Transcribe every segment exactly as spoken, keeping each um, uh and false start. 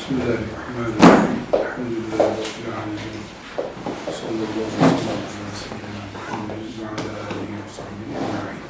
Bismillahirrahmanirrahim. Elhamdülillahi Rabbil alemin. Sallallahu aleyhi ve sellem ala seyyidina Muhammed ve ala alihi ve sahbihi ecmaîn.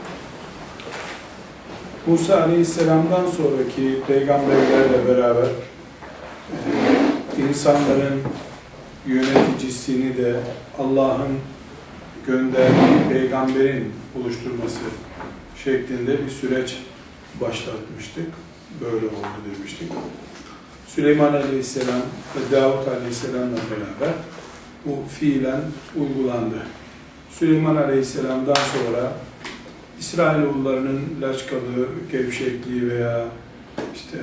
Musa Aleyhisselam'dan sonraki peygamberlerle beraber e, insanların yöneticisini de Allah'ın gönderdiği peygamberin oluşturması şeklinde bir süreç başlatmıştık. Böyle oldu demiştik. Süleyman Aleyhisselam ve Davut Aleyhisselam'la beraber bu fiilen uygulandı. Süleyman Aleyhisselam'dan sonra İsrailoğullarının laçkalığı, gevşekliği veya işte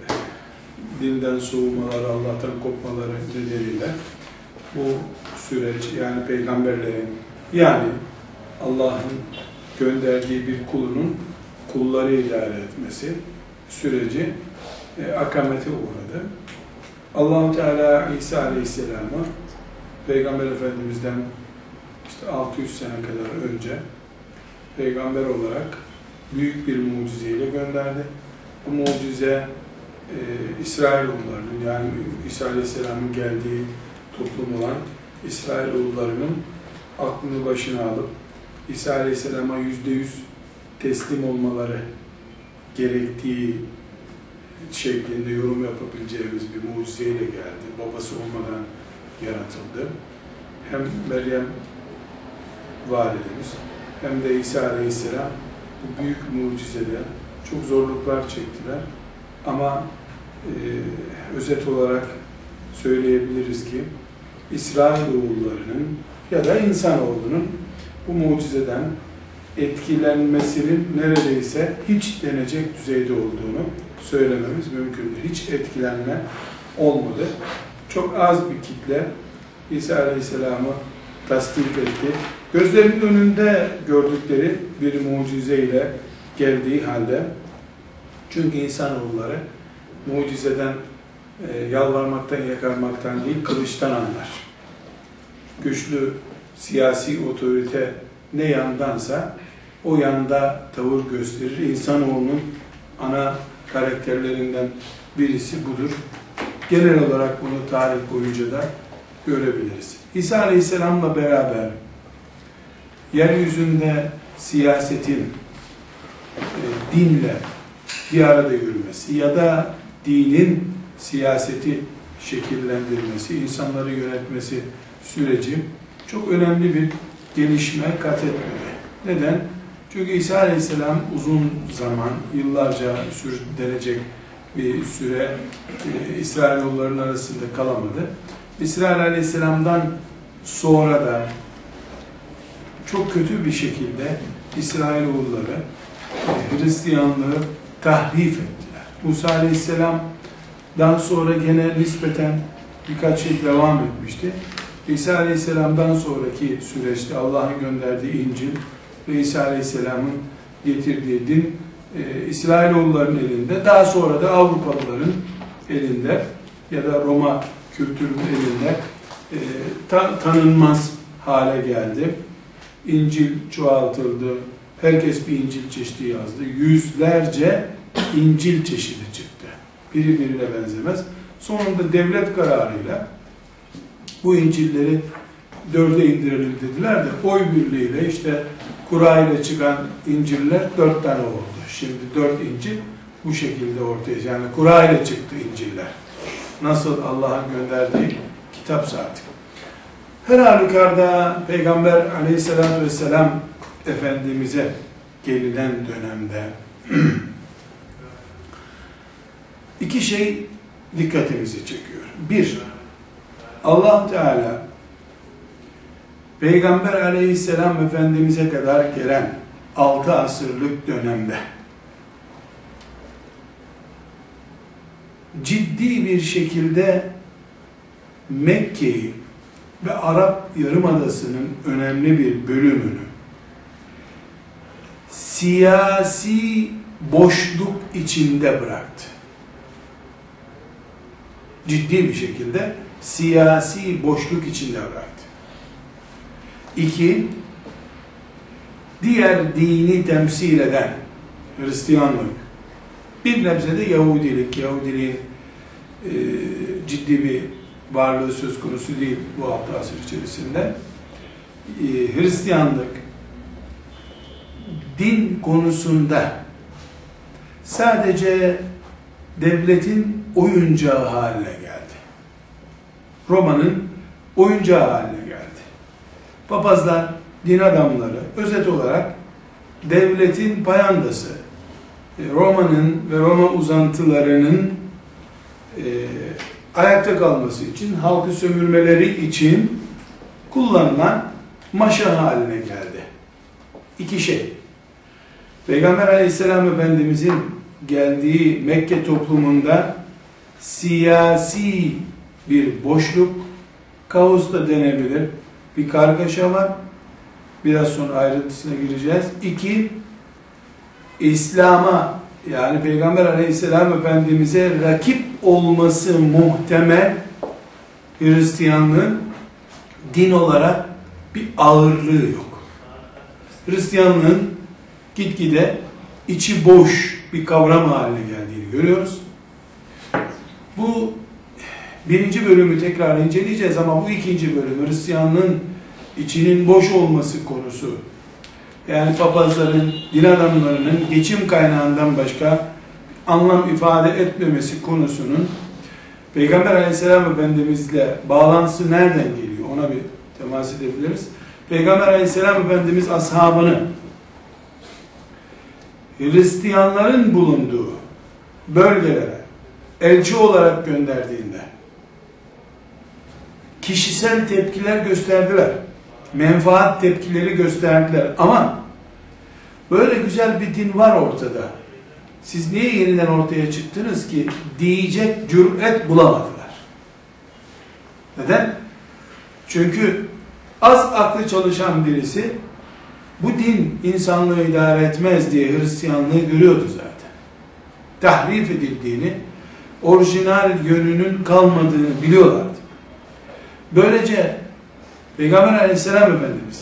dinden soğumaları, Allah'tan kopmaları nedeniyle bu süreç, yani peygamberlerin, yani Allah'ın gönderdiği bir kulunun kulları idare etmesi süreci e, akamete uğradı. Allah-u Teala İsa Aleyhisselam'ı Peygamber Efendimiz'den işte altı yüz sene kadar önce peygamber olarak büyük bir mucizeyle gönderdi. Bu mucize e, İsrailoğullarının, yani İsa Aleyhisselam'ın geldiği toplum olan İsrailoğullarının aklını başına alıp İsa Aleyhisselam'a yüzde yüz teslim olmaları gerektiği şeklinde yorum yapabileceğimiz bir mucizeyle geldi. Babası olmadan yaratıldı. Hem Meryem validemiz hem de İsa Aleyhisselam bu büyük mucizede çok zorluklar çektiler. Ama e, özet olarak söyleyebiliriz ki İsrailoğullarının ya da insanoğlunun bu mucizeden etkilenmesinin neredeyse hiç denecek düzeyde olduğunu söylememiz mümkündür. Hiç etkilenme olmadı. Çok az bir kitle İsa Aleyhisselam'ı tasdik etti. Gözlerinin önünde gördükleri bir mucizeyle geldiği halde, çünkü insanoğulları mucizeden e, yalvarmaktan, yakarmaktan değil, kılıçtan anlar. Güçlü siyasi otorite ne yandansa o yanda tavır gösterir. İnsanoğlunun ana karakterlerinden birisi budur. Genel olarak bunu tarih boyunca da görebiliriz. İsa Aleyhisselam'la beraber yeryüzünde siyasetin e, dinle bir arada yürümesi ya da dinin siyaseti şekillendirmesi, insanları yönetmesi süreci çok önemli bir gelişme kat etmedi. Neden? Çünkü İsa Aleyhisselam uzun zaman, yıllarca sürdürecek bir süre e, İsrailoğulların arasında kalamadı. İsrail Aleyhisselam'dan sonra da çok kötü bir şekilde İsrailoğulları e, Hristiyanlığı tahrif ettiler. Musa Aleyhisselam'dan sonra gene nispeten birkaç yıl devam etmişti. İsa Aleyhisselam'dan sonraki süreçte Allah'ın gönderdiği İncil ve İsa Aleyhisselam'ın getirdiği din e, İsrailoğulların elinde, daha sonra da Avrupalıların elinde ya da Roma kültürünün elinde e, ta, tanınmaz hale geldi. İncil çoğaltıldı. Herkes bir İncil çeşidi yazdı. Yüzlerce İncil çeşidi çıktı. Biri birine benzemez. Sonunda devlet kararıyla bu İncil'leri dörde indirelim dediler de oy birliğiyle işte kura ile çıkan İncil'ler dört tane oldu. Şimdi dört İncil bu şekilde ortaya, yani kura ile çıktı İncil'ler. Nasıl Allah'ın gönderdiği kitapsa artık. Her halükarda Peygamber Aleyhisselatü Vesselam Efendimiz'e gelinen dönemde iki şey dikkatimizi çekiyor. Bir, Allah Teala Peygamber Aleyhisselam Efendimiz'e kadar gelen altı asırlık dönemde ciddi bir şekilde Mekke'yi ve Arap Yarımadası'nın önemli bir bölümünü siyasi boşluk içinde bıraktı. Ciddi bir şekilde siyasi boşluk içinde bıraktı. İki, diğer dini temsil eden Hristiyanlık, bir nebze de Yahudilik, Yahudiliğin e, ciddi bir varlığı söz konusu değil bu altı asır içerisinde. E, Hristiyanlık din konusunda sadece devletin oyuncağı haline geldi. Roma'nın oyuncağı haline geldi. Papazlar, din adamları özet olarak devletin payandası, Roma'nın ve Roma uzantılarının e, ayakta kalması için, halkı sömürmeleri için kullanılan maşa haline geldi. İki şey. Peygamber Aleyhisselam Efendimizin geldiği Mekke toplumunda siyasi bir boşluk, kaos da denebilir, bir kargaşa var. Biraz sonra ayrıntısına gireceğiz. İki, İslam'a yani Peygamber Aleyhisselam Efendimiz'e rakip olması muhtemel Hristiyanlığın din olarak bir ağırlığı yok. Hristiyanlığın gitgide içi boş bir kavram haline geldiğini görüyoruz. Bu birinci bölümü tekrar inceleyeceğiz ama bu ikinci bölüm Hristiyanlığın içinin boş olması konusu. Yani papazların, din adamlarının geçim kaynağından başka anlam ifade etmemesi konusunun Peygamber Aleyhisselam Efendimizle bağlantısı nereden geliyor? Ona bir temas edebiliriz. Peygamber Aleyhisselam Efendimiz ashabını Hristiyanların bulunduğu bölgelere elçi olarak gönderdiğinde kişisel tepkiler gösterdiler. Menfaat tepkileri gösterdiler. Ama böyle güzel bir din var ortada. Siz niye yeniden ortaya çıktınız ki diyecek cüret bulamadılar. Neden? Çünkü az aklı çalışan birisi bu din insanlığı idare etmez diye Hristiyanlığı görüyordu zaten. Tahrif edildiğini, orijinal yönünün kalmadığını biliyorlardı. Böylece Peygamber Aleyhisselam Efendimiz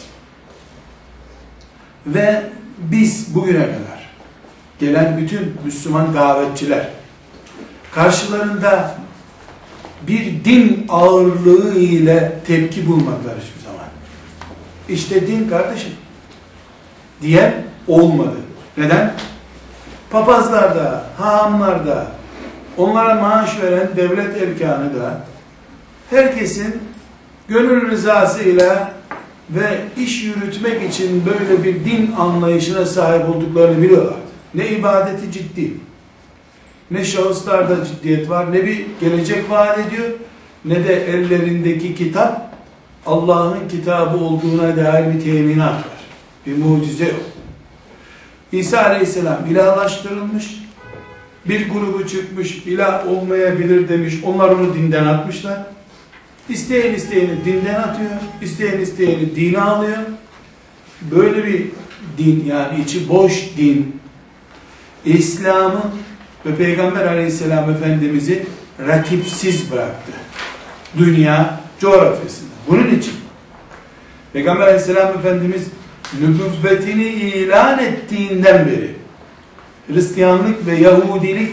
ve biz bugüne kadar gelen bütün Müslüman davetçiler karşılarında bir din ağırlığı ile tepki bulmadılar hiçbir zaman. İşte din kardeşim diyen olmadı. Neden? Papazlarda, hahamlarda, onlara maaş veren devlet erkanı da herkesin gönül rızasıyla ve iş yürütmek için böyle bir din anlayışına sahip olduklarını biliyorlardı. Ne ibadeti ciddi, ne şahıslarda ciddiyet var, ne bir gelecek vaat ediyor, ne de ellerindeki kitap Allah'ın kitabı olduğuna dair bir teminat var. Bir mucize yok. İsa Aleyhisselam ilahlaştırılmış, bir grubu çıkmış, ilah olmayabilir demiş, onlar onu dinden atmışlar. İsteyen isteyeni dinden atıyor, isteyen isteyeni dine alıyor. Böyle bir din, yani içi boş din, İslam'ı ve Peygamber Aleyhisselam Efendimiz'i rakipsiz bıraktı. Dünya coğrafyasında. Bunun için Peygamber Aleyhisselam Efendimiz nübüvvetini ilan ettiğinden beri Hristiyanlık ve Yahudilik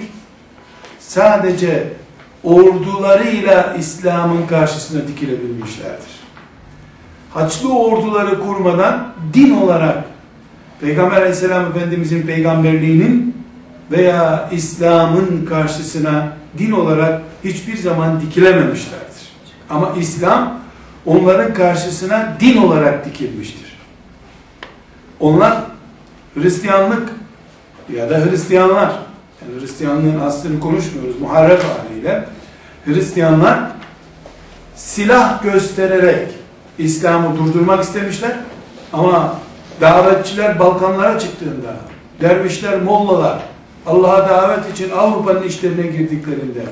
sadece ordularıyla İslam'ın karşısına dikilebilmişlerdir. Haçlı orduları kurmadan din olarak Peygamber Aleyhisselam Efendimizin peygamberliğinin veya İslam'ın karşısına din olarak hiçbir zaman dikilememişlerdir. Ama İslam onların karşısına din olarak dikilmiştir. Onlar Hristiyanlık ya da Hristiyanlar, yani Hristiyanlığın aslını konuşmuyoruz muharref haliyle, Hristiyanlar silah göstererek İslam'ı durdurmak istemişler ama davetçiler Balkanlara çıktığında, dervişler, mollalar Allah'a davet için Avrupa'nın işlerine girdiklerinde,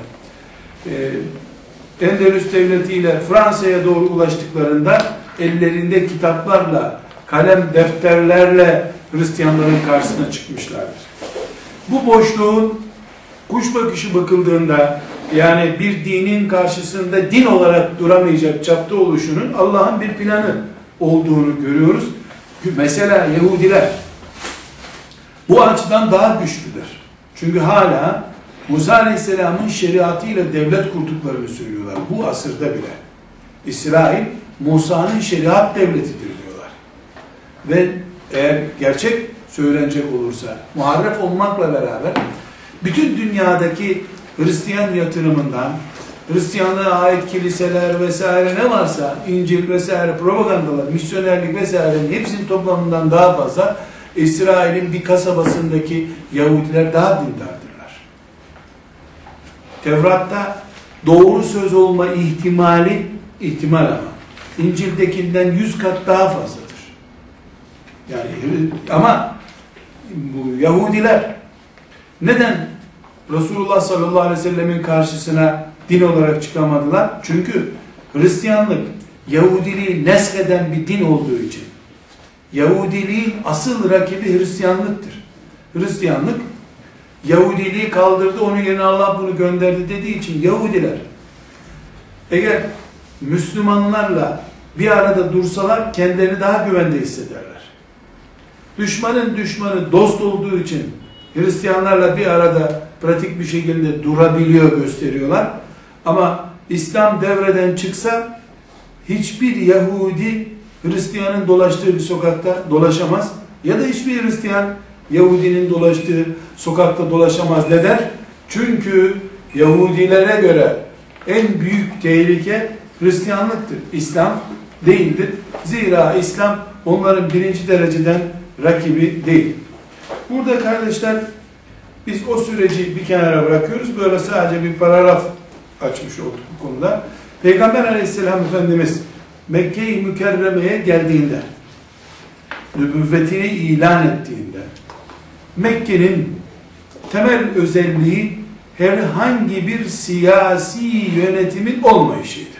e, Endülüs devletiyle Fransa'ya doğru ulaştıklarında ellerinde kitaplarla, kalem defterlerle Hristiyanların karşısına çıkmışlardır. Bu boşluğun kuş bakışı bakıldığında, yani bir dinin karşısında din olarak duramayacak çapta oluşunun Allah'ın bir planı olduğunu görüyoruz. Mesela Yahudiler bu açıdan daha güçlüdür. Çünkü hala Musa Aleyhisselam'ın şeriatıyla devlet kurduklarını söylüyorlar. Bu asırda bile. İsrail, Musa'nın şeriat devletidir diyorlar. Ve eğer gerçek söylenecek olursa, muharref olmakla beraber, bütün dünyadaki Hristiyan yatırımından, Hristiyanlığa ait kiliseler vesaire ne varsa, İncil vesaire, propagandalar, misyonerlik vesairenin hepsinin toplamından daha fazla İsrail'in bir kasabasındaki Yahudiler daha dindardırlar. Tevrat'ta doğru söz olma ihtimali, ihtimal ama, İncil'dekinden yüz kat daha fazladır. Yani ama bu Yahudiler neden Resulullah sallallahu aleyhi ve sellemin karşısına din olarak çıkamadılar? Çünkü Hristiyanlık Yahudiliği nesheden bir din olduğu için. Yahudiliğin asıl rakibi Hristiyanlıktır. Hristiyanlık Yahudiliği kaldırdı, onun yerine Allah bunu gönderdi dediği için Yahudiler eğer Müslümanlarla bir arada dursalar kendilerini daha güvende hissederler. Düşmanın düşmanı dost olduğu için Hristiyanlarla bir arada pratik bir şekilde durabiliyor, gösteriyorlar. Ama İslam devreden çıksa hiçbir Yahudi Hristiyanın dolaştığı bir sokakta dolaşamaz. Ya da hiçbir Hristiyan Yahudinin dolaştığı sokakta dolaşamaz. Neden? Çünkü Yahudilere göre en büyük tehlike Hristiyanlıktır. İslam değildir. Zira İslam onların birinci dereceden rakibi değil. Burada kardeşler biz o süreci bir kenara bırakıyoruz. Böyle sadece bir paragraf açmış olduk bu konuda. Peygamber Aleyhisselam Efendimiz Mekke-i Mükerreme'ye geldiğinde, nübüvvetini ilan ettiğinde, Mekke'nin temel özelliği herhangi bir siyasi yönetimin olmayışıydı.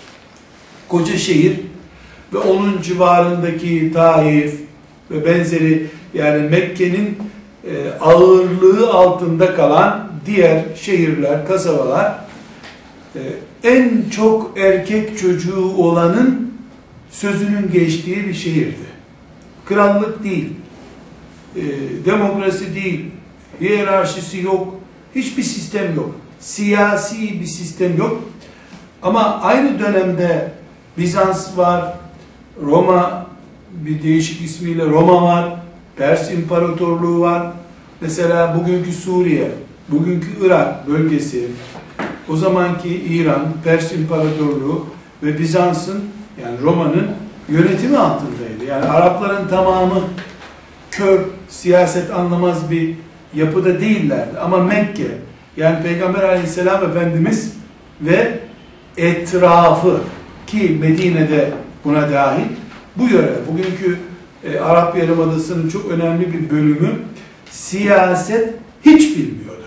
Koca şehir ve onun civarındaki Taif ve benzeri, yani Mekke'nin e, ağırlığı altında kalan diğer şehirler, kasabalar e, en çok erkek çocuğu olanın sözünün geçtiği bir şehirdi. Krallık değil, e, demokrasi değil, hiyerarşisi yok, hiçbir sistem yok. Siyasi bir sistem yok. Ama aynı dönemde Bizans var, Roma, bir değişik ismiyle Roma var, Pers İmparatorluğu var. Mesela bugünkü Suriye, bugünkü Irak bölgesi, o zamanki İran, Pers İmparatorluğu ve Bizans'ın, yani Roma'nın yönetimi altındaydı. Yani Arapların tamamı kör, siyaset anlamaz bir yapıda değillerdi. Ama Mekke, yani Peygamber Aleyhisselam Efendimiz ve etrafı, ki Medine'de buna dahil, bu yöre, bugünkü e, Arap Yarımadası'nın çok önemli bir bölümü siyaset hiç bilmiyordu.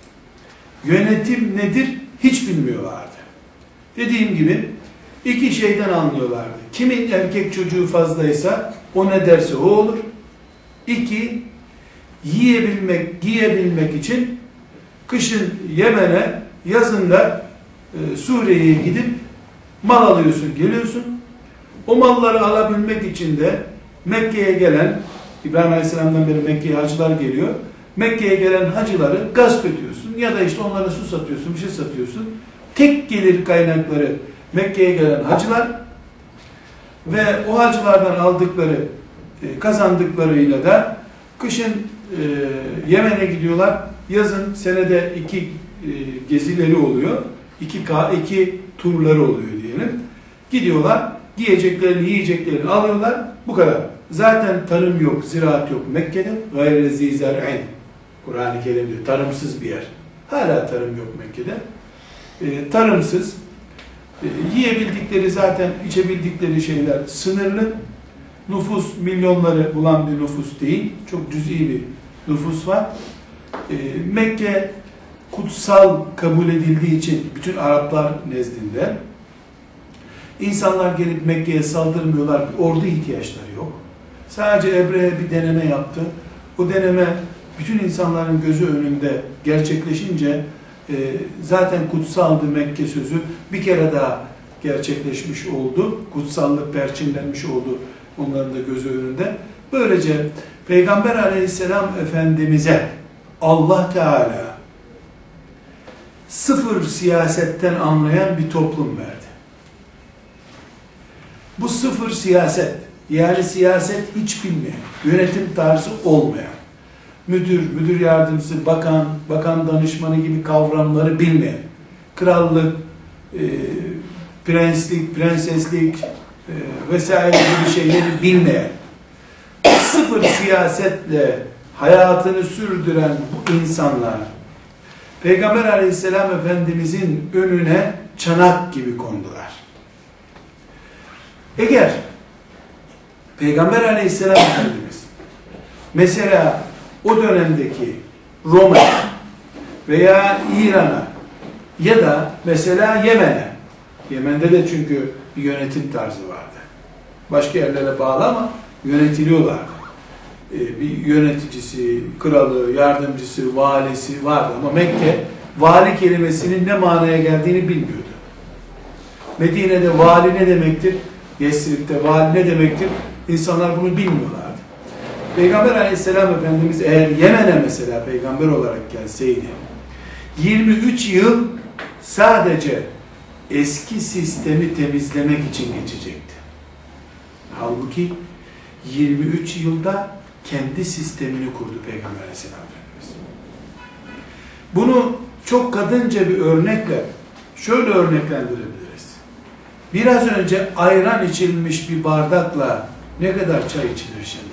Yönetim nedir hiç bilmiyorlardı. Dediğim gibi iki şeyden anlıyorlardı. Kimin erkek çocuğu fazlaysa o ne derse o olur. İki, yiyebilmek, giyebilmek için kışın Yemen'e, yazın da e, Suriye'ye gidip mal alıyorsun, geliyorsun. O malları alabilmek için de Mekke'ye gelen, İbrahim Aleyhisselam'dan beri Mekke'ye hacılar geliyor. Mekke'ye gelen hacıları gasp ediyorsun ya da işte onlara su satıyorsun, bir şey satıyorsun. Tek gelir kaynakları Mekke'ye gelen hacılar ve o hacılardan aldıkları, kazandıklarıyla da kışın e, Yemen'e gidiyorlar. Yazın senede iki e, gezileri oluyor. İki, iki turları oluyor diyelim. Gidiyorlar, giyeceklerini, yiyeceklerini alıyorlar. Bu kadar. Zaten tarım yok, ziraat yok Mekke'de. Gayre zi zer'in. Kur'an-ı Kerim'de tarımsız bir yer. Hala tarım yok Mekke'de. E, tarımsız. E, yiyebildikleri, zaten içebildikleri şeyler sınırlı. Nüfus milyonları bulan bir nüfus değil. Çok cüz'i bir nüfus var. E, Mekke kutsal kabul edildiği için bütün Araplar nezdinde insanlar gelip Mekke'ye saldırmıyorlar. Bir ordu ihtiyaçları yok. Sadece Ebrehe bir deneme yaptı. O deneme bütün insanların gözü önünde gerçekleşince e, zaten kutsaldı Mekke sözü bir kere daha gerçekleşmiş oldu. Kutsallık perçinlenmiş oldu onların da gözü önünde. Böylece Peygamber Aleyhisselam Efendimiz'e Allah Teala sıfır siyasetten anlayan bir toplum verdi. Bu sıfır siyaset, yani siyaset hiç bilmeyen, yönetim tarzı olmayan, müdür, müdür yardımcısı, bakan, bakan danışmanı gibi kavramları bilmeyen, krallık, e, prenslik, prenseslik e, vesaire gibi şeyleri bilmeyen, sıfır siyasetle hayatını sürdüren bu insanlar, Peygamber Aleyhisselam Efendimizin önüne çanak gibi kondular. Eğer Peygamber Aleyhisselam Efendimiz mesela o dönemdeki Roma'ya veya İran'a ya da mesela Yemen'e, Yemen'de de çünkü bir yönetim tarzı vardı. Başka yerlere bağlı ama yönetiliyorlardı. Ee, bir yöneticisi, kralı, yardımcısı, valisi vardı ama Mekke vali kelimesinin ne manaya geldiğini bilmiyordu. Medine'de vali ne demektir? Yesrib'de vali ne demektir? İnsanlar bunu bilmiyorlardı. Peygamber Aleyhisselam Efendimiz eğer Yemen'e mesela peygamber olarak gelseydi, yirmi üç yıl sadece eski sistemi temizlemek için geçecekti. Halbuki yirmi üç yılda kendi sistemini kurdu Peygamber Aleyhisselam Efendimiz. Bunu çok kadınca bir örnekle şöyle örneklendirebiliriz. Biraz önce ayran içilmiş bir bardakla ne kadar çay içilir şimdi?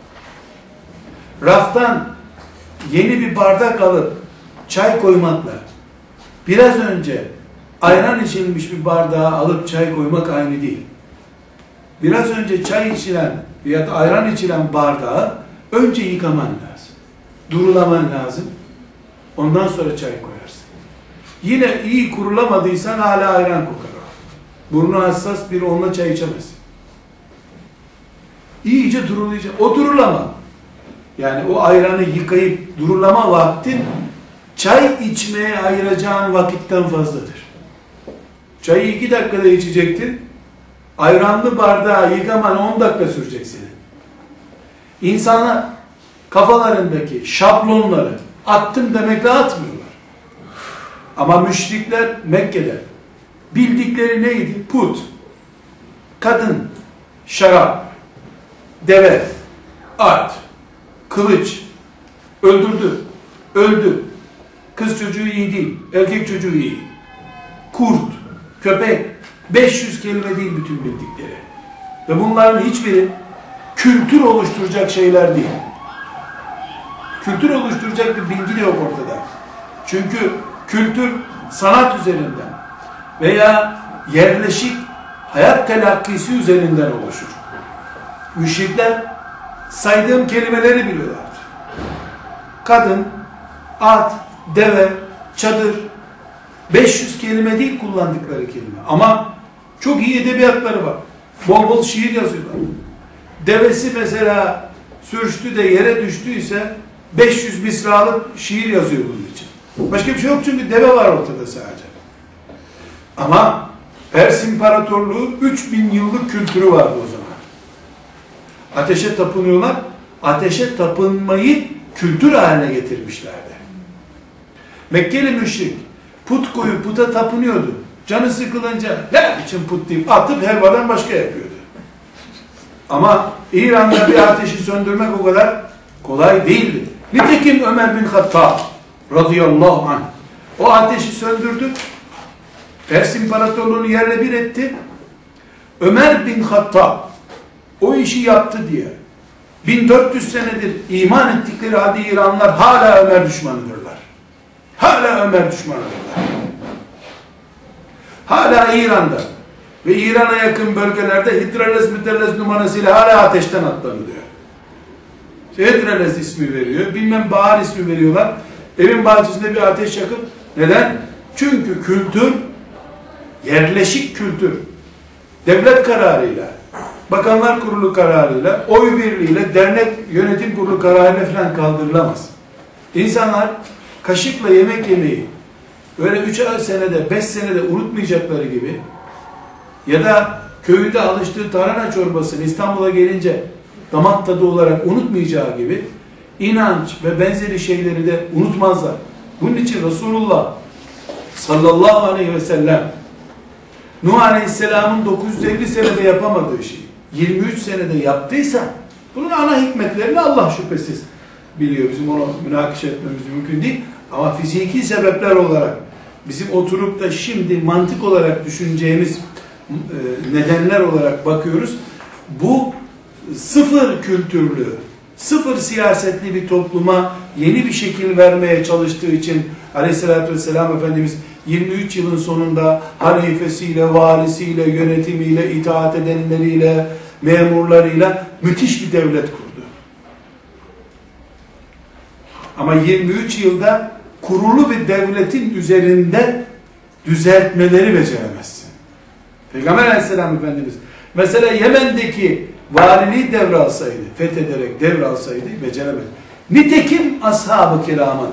Raftan yeni bir bardak alıp çay koymakla biraz önce ayran içilmiş bir bardağa alıp çay koymak aynı değil. Biraz önce çay içilen ya da ayran içilen bardağı önce yıkaman lazım. Durulaman lazım. Ondan sonra çay koyarsın. Yine iyi kurulamadıysan hala ayran kokar o. Burnu hassas biri onunla çay içemez. İyice durulayacak. O durulama. Yani o ayranı yıkayıp durulama vaktin çay içmeye ayıracağın vakitten fazladır. Çayı iki dakikada içecektin. Ayranlı bardağı yıkaman on dakika sürecek senin. İnsanlar kafalarındaki şablonları attım demekle atmıyorlar. Ama müşrikler Mekke'de bildikleri neydi? Put, kadın, şarap, deve, at, kılıç, öldürdü, öldü. Kız çocuğu iyi değil, erkek çocuğu iyi. Kurt, köpek, beş yüz kelime değil bütün bildikleri. Ve bunların hiçbiri kültür oluşturacak şeyler değil. Kültür oluşturacak bir bilgi de yok ortada. Çünkü kültür sanat üzerinden veya yerleşik hayat telakkisi üzerinden oluşur. Müşrikler saydığım kelimeleri biliyorlardı. Kadın, at, deve, çadır, beş yüz kelime değil kullandıkları kelime. Ama çok iyi edebiyatları var. Bol bol şiir yazıyorlar. Devesi mesela sürçtü de yere düştüyse beş yüz misralık şiir yazıyor bunun için. Başka bir şey yok çünkü deve var ortada sadece. Ama Pers İmparatorluğu üç bin yıllık kültürü vardı o zaman. Ateşe tapınıyorlar. Ateşe tapınmayı kültür haline getirmişlerdi. Mekkeli müşrik put koyup puta tapınıyordu. Canı sıkılınca ne biçim put deyip atıp helvadan başka yapıyordu. Ama İran'da bir ateşi söndürmek o kadar kolay değildi. Nitekim Ömer bin Hattab radıyallahu anh o ateşi söndürdü. Pers İmparatorluğunu yerle bir etti. Ömer bin Hattab o işi yaptı diye bin dört yüz senedir iman ettikleri halde İranlılar hala Ömer düşmanıdırlar. Hala Ömer düşmanıdırlar. Hala İran'da ve İran'a yakın bölgelerde Hidrales Müdelles numarasıyla hala ateşten atlanılıyor. Hidrales ismi veriyor, bilmem Bahar ismi veriyorlar. Evin bahçesinde bir ateş yakıp, neden? Çünkü kültür, yerleşik kültür, devlet kararıyla, bakanlar kurulu kararıyla, oy birliğiyle, dernek yönetim kurulu kararıyla falan kaldırılamaz. İnsanlar kaşıkla yemek yemeyi öyle üç senede, beş senede unutmayacakları gibi ya da köyünde alıştığı tarhana çorbasını İstanbul'a gelince damak tadı olarak unutmayacağı gibi inanç ve benzeri şeyleri de unutmazlar. Bunun için Resulullah sallallahu aleyhi ve sellem Nuh Aleyhisselam'ın dokuz yüz elli senede yapamadığı şeyi yirmi üç senede yaptıysa bunun ana hikmetlerini Allah şüphesiz biliyor. Bizim onu münakaşa etmemiz mümkün değil. Ama fiziki sebepler olarak bizim oturup da şimdi mantık olarak düşüneceğimiz nedenler olarak bakıyoruz. Bu sıfır kültürlü, sıfır siyasetli bir topluma yeni bir şekil vermeye çalıştığı için Aleyhisselatü Vesselam Efendimiz yirmi üç yılın sonunda halifesiyle, valisiyle, yönetimiyle, itaat edenleriyle, memurlarıyla müthiş bir devlet kurdu. Ama yirmi üç yılda kurulu bir devletin üzerinde düzeltmeleri beceremezsin. Peygamber Aleyhisselam Efendimiz mesela Yemen'deki valiliği devralsaydı, fethederek devralsaydı beceremez. Nitekim ashab-ı kiramın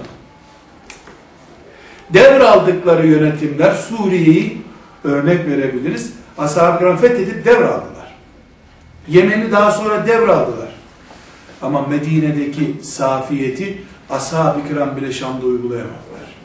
devraldıkları yönetimler, Suriye'yi örnek verebiliriz. Ashab-ı kiram fethedip devraldılar. Yemen'i daha sonra devraldılar. Ama Medine'deki safiyeti ashab-ı kiram bile Şam'da uygulayamadılar.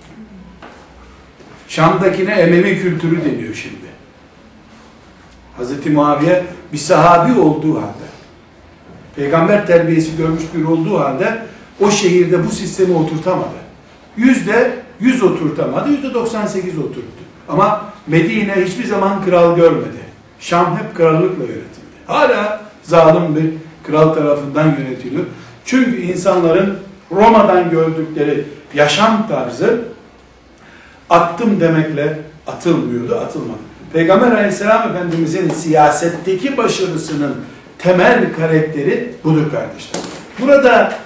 Şam'dakine Emevi kültürü deniyor şimdi. Hazreti Muaviye bir sahabi olduğu halde, peygamber terbiyesi görmüş biri olduğu halde o şehirde bu sistemi oturtamadı. Yüzde yüz oturtamadı, yüzde doksan sekiz oturttu. Ama Medine hiçbir zaman kral görmedi. Şam hep krallıkla yönetildi. Hala zalim bir kral tarafından yönetiliyor. Çünkü insanların Roma'dan gördükleri yaşam tarzı attım demekle atılmıyordu, atılmadı. Peygamber Aleyhisselam Efendimizin siyasetteki başarısının temel karakteri budur kardeşler. Burada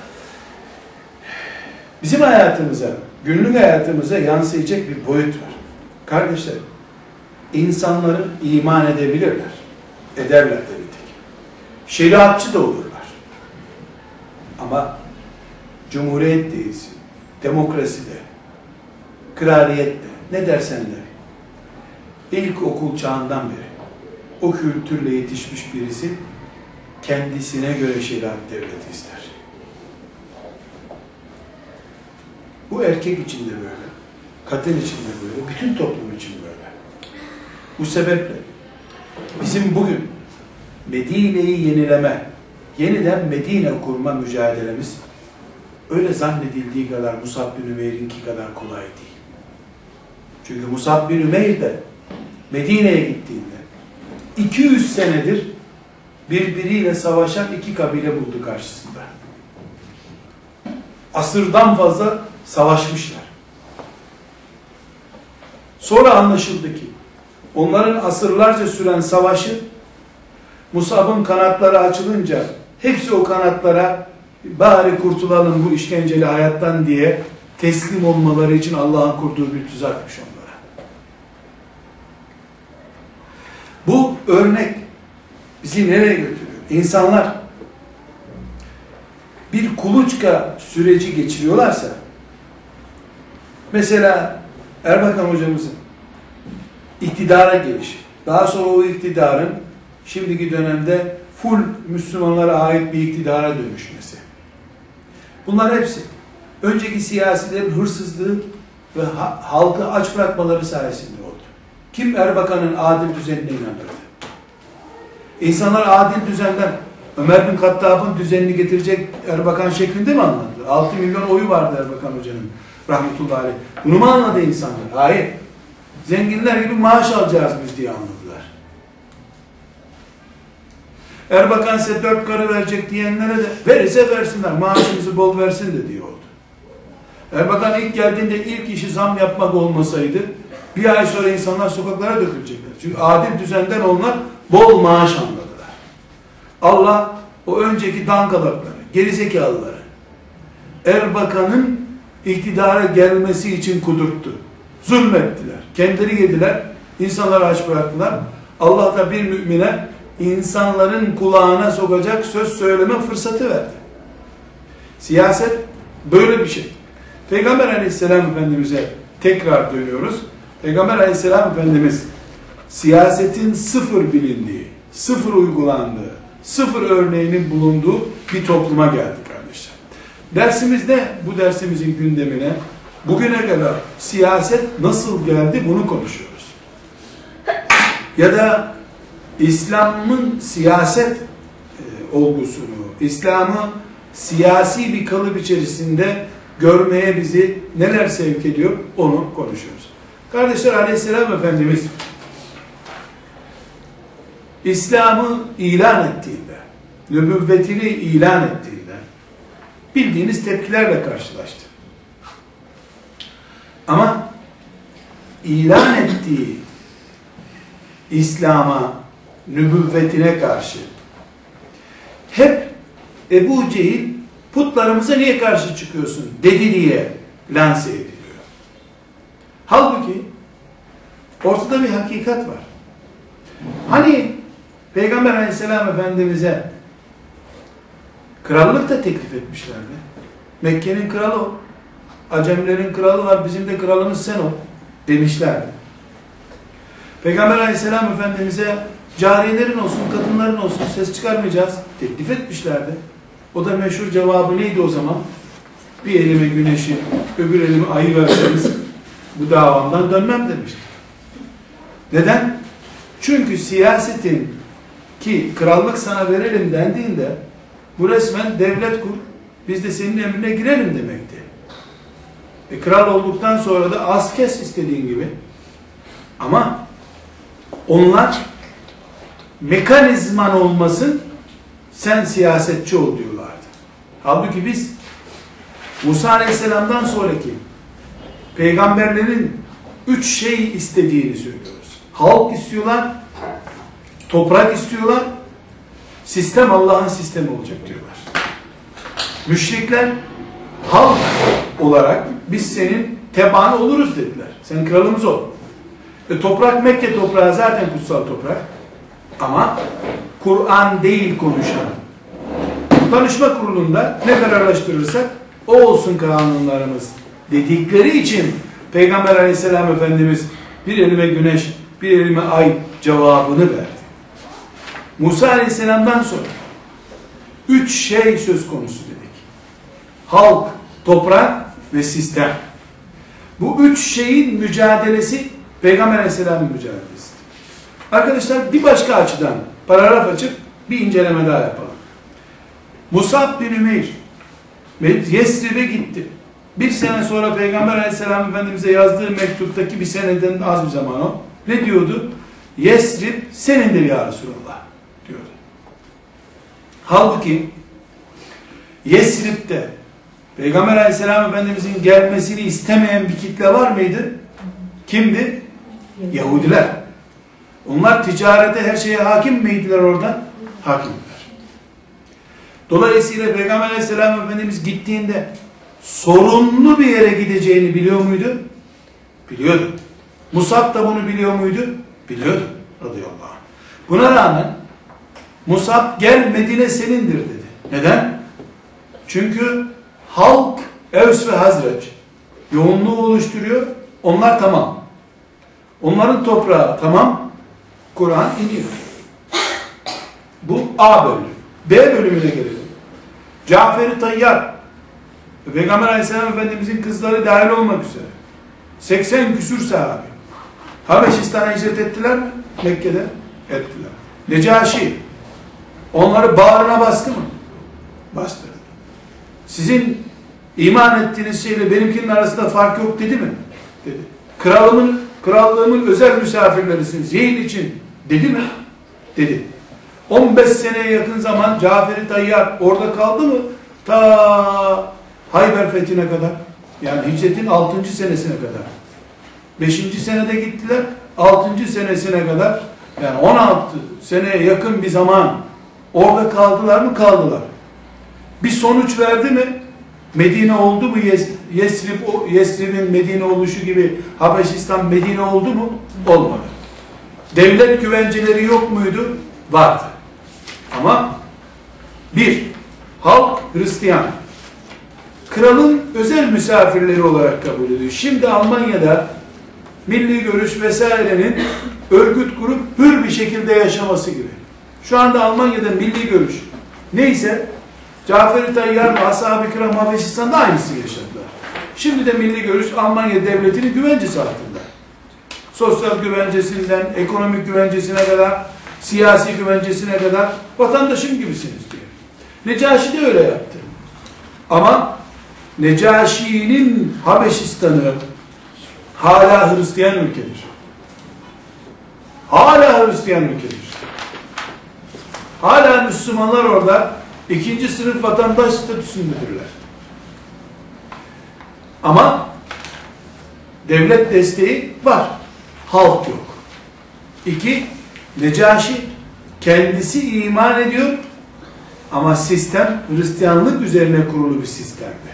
bizim hayatımıza, günlük hayatımıza yansıyacak bir boyut var. Kardeşler, insanların iman edebilirler. Ederler de nitekim. Şeriatçı da olurlar. Ama cumhuriyetteyiz, demokraside, kraliyette, ne dersen de, İlkokul çağından beri o kültürle yetişmiş birisi kendisine göre şeriat devleti ister. Bu erkek için de böyle, kadın için de böyle, bütün toplum için böyle. Bu sebeple bizim bugün Medine'yi yenileme, yeniden Medine kurma mücadelemiz öyle zannedildiği kadar Musab bin Ümeyr'inki kadar kolay değil. Çünkü Musab bin Ümeyr de Medine'ye gittiğinde iki yüz senedir birbiriyle savaşan iki kabile buldu karşısında. Asırdan fazla savaşmışlar. Sonra anlaşıldı ki onların asırlarca süren savaşı Musab'ın kanatları açılınca hepsi o kanatlara bari kurtulalım bu işkenceli hayattan diye teslim olmaları için Allah'ın kurduğu bir tuzakmış onlara. Bu örnek bizi nereye götürüyor? İnsanlar bir kuluçka süreci geçiriyorlarsa, mesela Erbakan hocamızın iktidara gelişi, daha sonra o iktidarın şimdiki dönemde full Müslümanlara ait bir iktidara dönüşmesi. Bunlar hepsi önceki siyasilerin hırsızlığı ve halkı aç bırakmaları sayesinde oldu. Kim Erbakan'ın adil düzenine inanırdı? İnsanlar adil düzenden Ömer bin Hattab'ın düzenini getirecek Erbakan şeklinde mi anladılar? altı milyon oyu vardı Erbakan hocanın rahmetullahi aleyh. Bunu mu anladı insanlar? Hayır. Zenginler gibi maaş alacağız biz diye anladılar. Erbakan size dört karı verecek diyenlere de verirse versinler, maaşımızı bol versin de diye oldu. Erbakan ilk geldiğinde ilk işi zam yapmak olmasaydı bir ay sonra insanlar sokaklara dökülecekler. Çünkü adil düzenden onlar bol maaş anladılar. Allah o önceki dangalakları, gerizekalıları Erbakan'ın iktidara gelmesi için kudurttu. Zulmettiler. Kendileri yediler. İnsanları aç bıraktılar. Allah da bir mümine insanların kulağına sokacak söz söyleme fırsatı verdi. Siyaset böyle bir şey. Peygamber Aleyhisselam Efendimiz'e tekrar dönüyoruz. Peygamber Aleyhisselam Efendimiz siyasetin sıfır bilindiği, sıfır uygulandığı, sıfır örneğinin bulunduğu bir topluma geldi kardeşler. Dersimizde, bu dersimizin gündemine bugüne kadar siyaset nasıl geldi bunu konuşuyoruz. Ya da İslam'ın siyaset e, olgusunu, İslam'ı siyasi bir kalıp içerisinde görmeye bizi neler sevk ediyor onu konuşuyoruz. Kardeşler, Aleyhisselam Efendimiz İslam'ı ilan ettiğinde, nübüvvetini ilan ettiğinde bildiğiniz tepkilerle karşılaştı. Ama ilan ettiği İslam'a, nübüvvetine karşı hep Ebu Cehil putlarımıza niye karşı çıkıyorsun dedi diye lanse ediliyor. Halbuki ortada bir hakikat var. Hani Peygamber Aleyhisselam Efendimiz'e krallık da teklif etmişlerdi. Mekke'nin kralı o. Acemlerin kralı var, bizim de kralımız sen ol demişlerdi. Peygamber Aleyhisselam Efendimiz'e cariyelerin olsun, kadınların olsun ses çıkarmayacağız teklif etmişlerdi. O da meşhur cevabı neydi o zaman? Bir elime güneşi, öbür elime ayı verseniz bu davamdan dönmem demişti. Neden? Çünkü siyasetin ki krallık sana verelim dendiğinde bu resmen devlet kur, biz de senin emrine girelim demekti. E, kral olduktan sonra da az kes istediğin gibi. Ama onlar mekanizman olmasın, sen siyasetçi ol diyorlardı. Halbuki biz Musa Aleyhisselam'dan sonraki peygamberlerin üç şey istediğini söylüyoruz. Halk istiyorlar, toprak istiyorlar, sistem Allah'ın sistemi olacak diyorlar. Müşrikler halk olarak biz senin tebaanı oluruz dediler. Sen kralımız ol. E, toprak Mekke toprağı zaten kutsal toprak. Ama Kur'an değil konuşan. Danışma kurulunda ne kararlaştırırsak o olsun kanunlarımız dedikleri için Peygamber Aleyhisselam Efendimiz bir elime güneş, bir elime ay cevabını verdi. Musa Aleyhisselam'dan sonra üç şey söz konusu dedik. Halk, toprak ve sistem. Bu üç şeyin mücadelesi Peygamber Aleyhisselam'ın mücadelesi. Arkadaşlar bir başka açıdan paragraf açıp bir inceleme daha yapalım. Musab bin Ümeyr Yesrib'e gitti. Bir sene sonra Peygamber Aleyhisselam Efendimiz'e yazdığı mektuptaki bir seneden az bir zaman o. Ne diyordu? Yesrib senindir ya Resulallah diyordu. Halbuki Yesrib'de Peygamber Aleyhisselam Efendimiz'in gelmesini istemeyen bir kitle var mıydı? Kimdi? Yahudiler. Onlar ticarete, her şeye hakim miydiler orada? Hakimdiler. Dolayısıyla Peygamber Aleyhisselam Efendimiz gittiğinde sorunlu bir yere gideceğini biliyor muydu? Biliyordu. Musab da bunu biliyor muydu? Biliyordu. Radıyallahu anh. Buna rağmen Musab gel Medine senindir dedi. Neden? Çünkü halk Evs ve Hazreç yoğunluğu oluşturuyor. Onlar tamam. Onların toprağı tamam. Kur'an iniyor. Bu A bölümü. B bölümüne gelelim. Cafer-i Tayyar Peygamber Aleyhisselam Efendimizin kızları dahil olmak üzere seksen küsür sahabe Habeşistan'a hicret ettiler mi? Mekke'de ettiler. Necaşi onları bağrına bastı mı? Bastı. Sizin iman ettiğiniz şeyle benimkinin arasında fark yok dedi mi? Dedi. Kralımın, krallığımın özel misafirlerisiniz. Yiyin için dedi mi? Dedi. on beş seneye yakın zaman Cafer-i Tayyar orada kaldı mı? Ta Hayber fethine kadar. Yani hicretin altıncı senesine kadar. beşinci senede gittiler. altıncı senesine kadar, yani on altı seneye yakın bir zaman orada kaldılar mı? Kaldılar. Bir sonuç verdi mi? Medine oldu mu? Yesrib, Yesrib'in Medine oluşu gibi Habeşistan Medine oldu mu? Olmadı. Devlet güvenceleri yok muydu? Vardı. Ama bir, halk Hristiyan. Kralın özel misafirleri olarak kabul ediyor. Şimdi Almanya'da milli görüş vesairenin örgüt kurup hür bir şekilde yaşaması gibi. Şu anda Almanya'da milli görüş neyse Cafer-i Tayyar ve Ashab-ı Kiram Habeşistan'da aynısını yaşadılar. Şimdi de milli görüş Almanya devletinin güvencesi altında. Sosyal güvencesinden, ekonomik güvencesine kadar, siyasi güvencesine kadar vatandaşım gibisiniz diyor. Necaşi de öyle yaptı. Ama Necaşi'nin Habeşistan'ı hala Hristiyan ülkedir. Hala Hristiyan ülkedir. Hala Müslümanlar orada ikinci sınıf vatandaş statüsündedürler. Ama devlet desteği var. Halk yok. İki, Necaşi kendisi iman ediyor ama sistem Hristiyanlık üzerine kurulu bir sistemdi.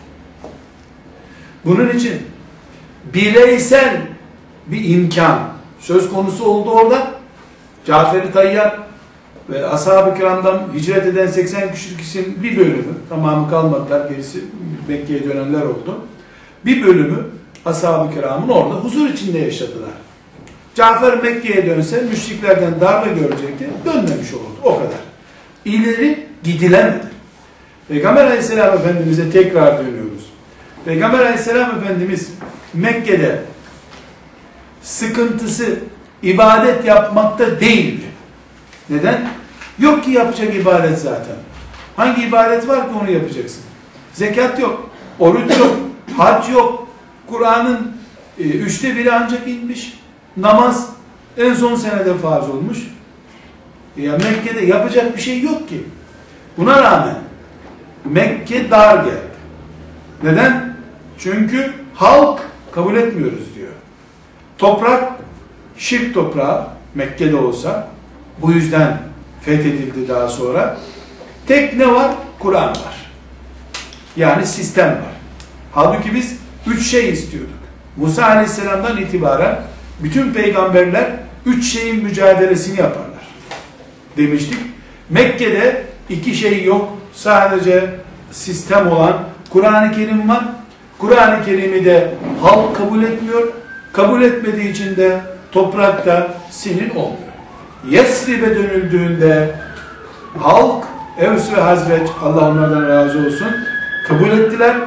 Bunun için bireysel bir imkan söz konusu oldu orada. Cafer-i Tayyar ve ashab-ı kiramdan hicret eden seksen kişinin bir bölümü, tamamı kalmadılar, gerisi Mekke'ye dönenler oldu. Bir bölümü ashab-ı kiramın orada huzur içinde yaşadılar. Cafer Mekke'ye dönse müşriklerden darbe görecekti, dönmemiş oldu. O kadar. İleri gidilemedi. Peygamber Aleyhisselam Efendimiz'e tekrar dönüyoruz. Peygamber Aleyhisselam Efendimiz Mekke'de sıkıntısı ibadet yapmakta değildi. Neden? Yok ki yapacak ibadet zaten. Hangi ibadet var ki onu yapacaksın? Zekat yok, oruç yok, hac yok. Kur'an'ın e, üçte biri ancak inmiş. Namaz en son senede farz olmuş. Ya Mekke'de yapacak bir şey yok ki. Buna rağmen Mekke dar geldi. Neden? Çünkü halk kabul etmiyoruz diyor. Toprak şirk toprağı, Mekke'de olsa, bu yüzden fethedildi daha sonra. Tek ne var? Kur'an var. Yani sistem var. Halbuki biz üç şey istiyorduk. Musa Aleyhisselam'dan itibaren bütün peygamberler üç şeyin mücadelesini yaparlar demiştik. Mekke'de iki şey yok. Sadece sistem olan Kur'an-ı Kerim var. Kur'an-ı Kerim'i de halk kabul etmiyor. Kabul etmediği için de toprakta sinin olmuyor. Yesrib'e dönüldüğünde halk, Evs ve Hazreç, Allah onlardan razı olsun, kabul ettiler.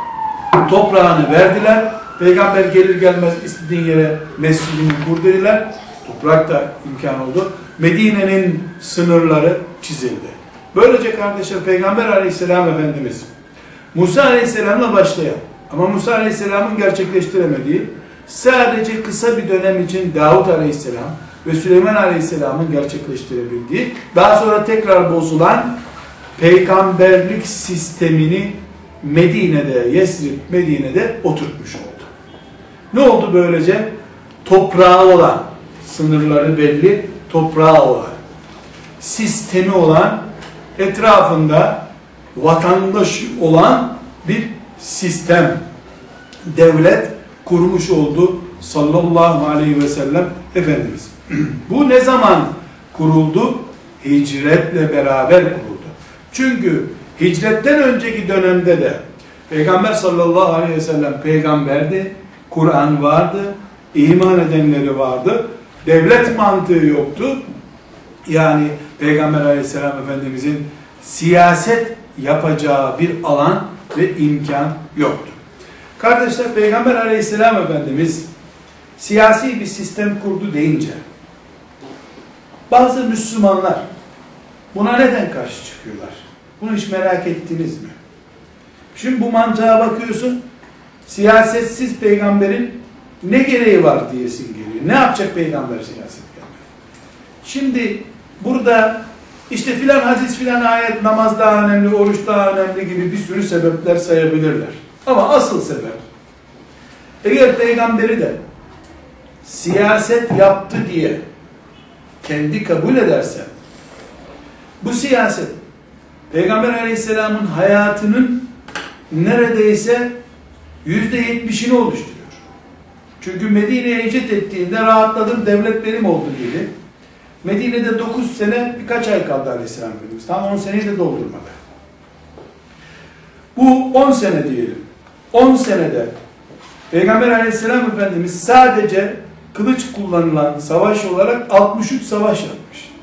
Toprağını verdiler. Peygamber gelir gelmez istediğin yere mescidini kur dediler. Toprakta imkan oldu. Medine'nin sınırları çizildi. Böylece kardeşler Peygamber Aleyhisselam Efendimiz Musa Aleyhisselam'la başlayan ama Musa Aleyhisselam'ın gerçekleştiremediği sadece kısa bir dönem için Davut Aleyhisselam ve Süleyman Aleyhisselam'ın gerçekleştirebildiği, daha sonra tekrar bozulan peygamberlik sistemini Medine'de, Yesrib Medine'de oturtmuş oldu. Ne oldu böylece? Toprağı olan, sınırları belli, toprağı olan, sistemi olan, etrafında vatandaş olan bir sistem, devlet kurmuş oldu sallallahu aleyhi ve sellem Efendimiz. Bu ne zaman kuruldu? Hicretle beraber kuruldu. Çünkü hicretten önceki dönemde de Peygamber sallallahu aleyhi ve sellem peygamberdi, Kur'an vardı, iman edenleri vardı, devlet mantığı yoktu. Yani Peygamber aleyhisselam Efendimizin siyaset yapacağı bir alan ve imkan yoktu. Kardeşler, Peygamber aleyhisselam Efendimiz siyasi bir sistem kurdu deyince bazı Müslümanlar buna neden karşı çıkıyorlar? Bunu hiç merak ettiniz mi? Şimdi bu mantığa bakıyorsun, siyasetsiz peygamberin ne gereği var diyesin geliyor. Ne yapacak peygamber siyaset yapmaya? Şimdi burada işte filan hadis filan ayet, namaz daha önemli, oruç daha önemli gibi bir sürü sebepler sayabilirler. Ama asıl sebep, eğer peygamberi de siyaset yaptı diye kendi kabul ederse, bu siyaset Peygamber aleyhisselamın hayatının neredeyse yüzde yetmişini oluşturuyor. Çünkü Medine'ye hicret ettiğinde rahatladım, devlet benim oldu dedi. Medine'de dokuz sene birkaç ay kaldı aleyhisselam Efendimiz. Tam on seneyi de doldurmadı. Bu on sene diyelim. on senede Peygamber aleyhisselam Efendimiz sadece kılıç kullanılan savaş olarak altmış üç savaş yapmış.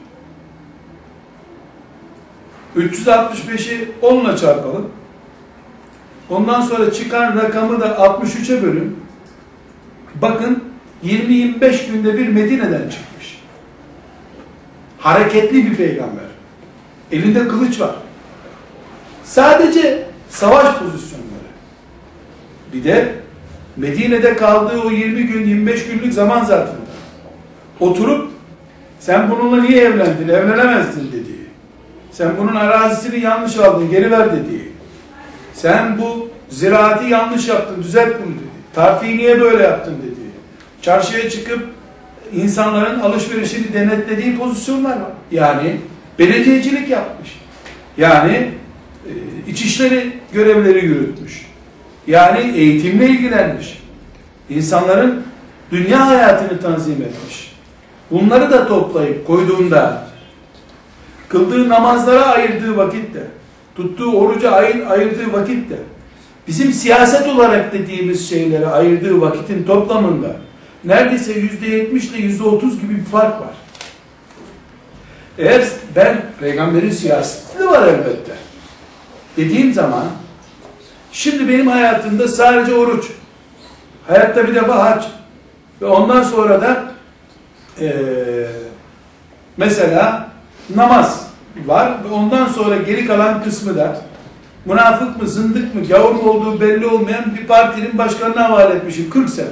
üç yüz altmış beşi onla çarpalım. Ondan sonra çıkan rakamı da altmış üçe bölün. Bakın yirmi yirmi beş günde bir Medine'den çıkmış. Hareketli bir peygamber. Elinde kılıç var. Sadece savaş pozisyonları. Bir de Medine'de kaldığı o yirmi gün, yirmi beş günlük zaman zarfında oturup sen bununla niye evlendin, evlenemezdin dediği, sen bunun arazisini yanlış aldın, geri ver dediği, sen bu ziraati yanlış yaptın, düzelt bunu dedi, tarfiyi niye böyle yaptın dediği, çarşıya çıkıp insanların alışverişini denetlediği pozisyonlar var. Yani belediyecilik yapmış. Yani e, içişleri görevleri yürütmüş. Yani eğitimle ilgilenmiş. İnsanların dünya hayatını tanzim etmiş. Bunları da toplayıp koyduğunda, kıldığı namazlara ayırdığı vakitte, tuttuğu oruca ayır, ayırdığı vakitte, bizim siyaset olarak dediğimiz şeylere ayırdığı vakitin toplamında neredeyse yüzde yetmiş ile yüzde otuz gibi bir fark var. Eğer ben peygamberin siyaseti de var elbette dediğim zaman, şimdi benim hayatımda sadece oruç, hayatta bir defa hac ve ondan sonra da ee, mesela namaz var ve ondan sonra geri kalan kısmı da münafık mı, zındık mı, gavur mu olduğu belli olmayan bir partinin başkanına havale etmişim kırk sene.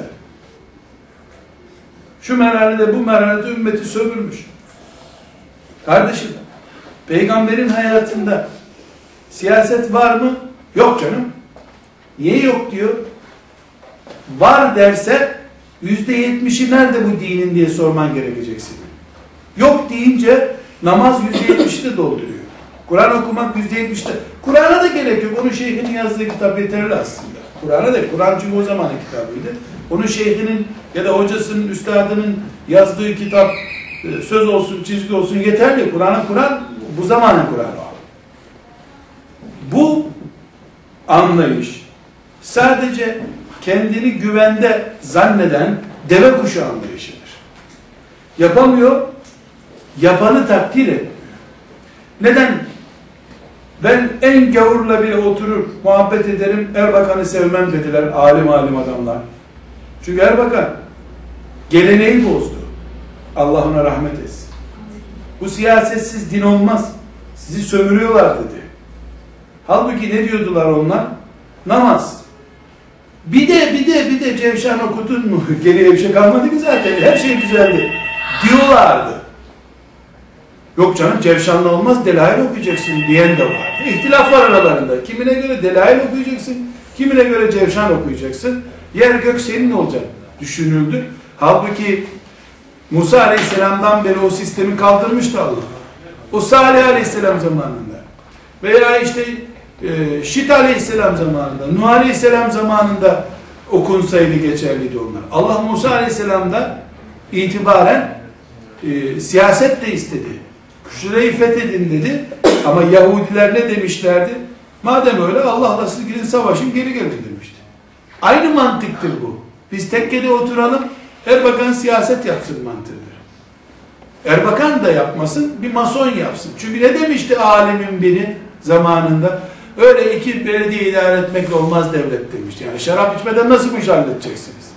Şu merhalede bu merhalede ümmeti sömürmüş. Kardeşim, peygamberin hayatında siyaset var mı? Yok canım. Niye yok diyor? Var derse yüzde yetmişi nerede bu dinin diye sorman gerekeceksin. Yok deyince namaz yüzde yetmişi de dolduruyor. Kur'an okumak yüzde yetmişte. Kur'an'a da gerek yok. Onun şeyhinin yazdığı kitap yeterli aslında. Kur'an'a da, Kur'an çünkü o zamanın kitabıydı. Onun şeyhinin ya da hocasının, üstadının yazdığı kitap söz olsun, çizgi olsun yeterli. Kur'an'ın Kur'an, bu zamanın Kur'an'ı. Bu anlayış sadece kendini güvende zanneden deve kuşu anlayışıdır. Yapamıyor, yapanı takdir etmiyor. Neden? Ben en gavurla bile oturur, muhabbet ederim, Erbakan'ı sevmem dediler alim alim adamlar. Çünkü Erbakan geleneği bozdu. Allah ona rahmet etsin. Bu siyasetsiz din olmaz. Sizi sömürüyorlar dedi. Halbuki ne diyordular onlar? Namaz. Bir de bir de bir de Cevşan okudun mu? Geriye bir şey kalmadı ki zaten. Her şey güzeldi. Diyorlardı. Yok canım Cevşan'la olmaz, Delail okuyacaksın diyen de vardı. İhtilaf var aralarında. Kimine göre Delail okuyacaksın, kimine göre Cevşan okuyacaksın. Yer gök senin olacak düşünüldü. Halbuki Musa Aleyhisselam'dan beri o sistemi kaldırmıştı Allah. O Salih Aleyhisselam zamanında. Veya işte e, Şit Aleyhisselam zamanında, Nuh Aleyhisselam zamanında okunsaydı geçerliydi onlar. Allah Musa Aleyhisselam'da itibaren e, siyaset de istedi. Şurayı fethedin dedi. Ama Yahudiler ne demişlerdi? Madem öyle Allah'la siz gidin savaşın, geri gelin demişti. Aynı mantıktır bu. Biz tekkede oturalım, Erbakan siyaset yapsın mantığıdır. Erbakan da yapmasın, bir mason yapsın. Çünkü ne demişti alimin biri zamanında? Öyle iki belediye idare etmekle olmaz devlet demişti. Yani şarap içmeden nasıl bu işi halledeceksiniz?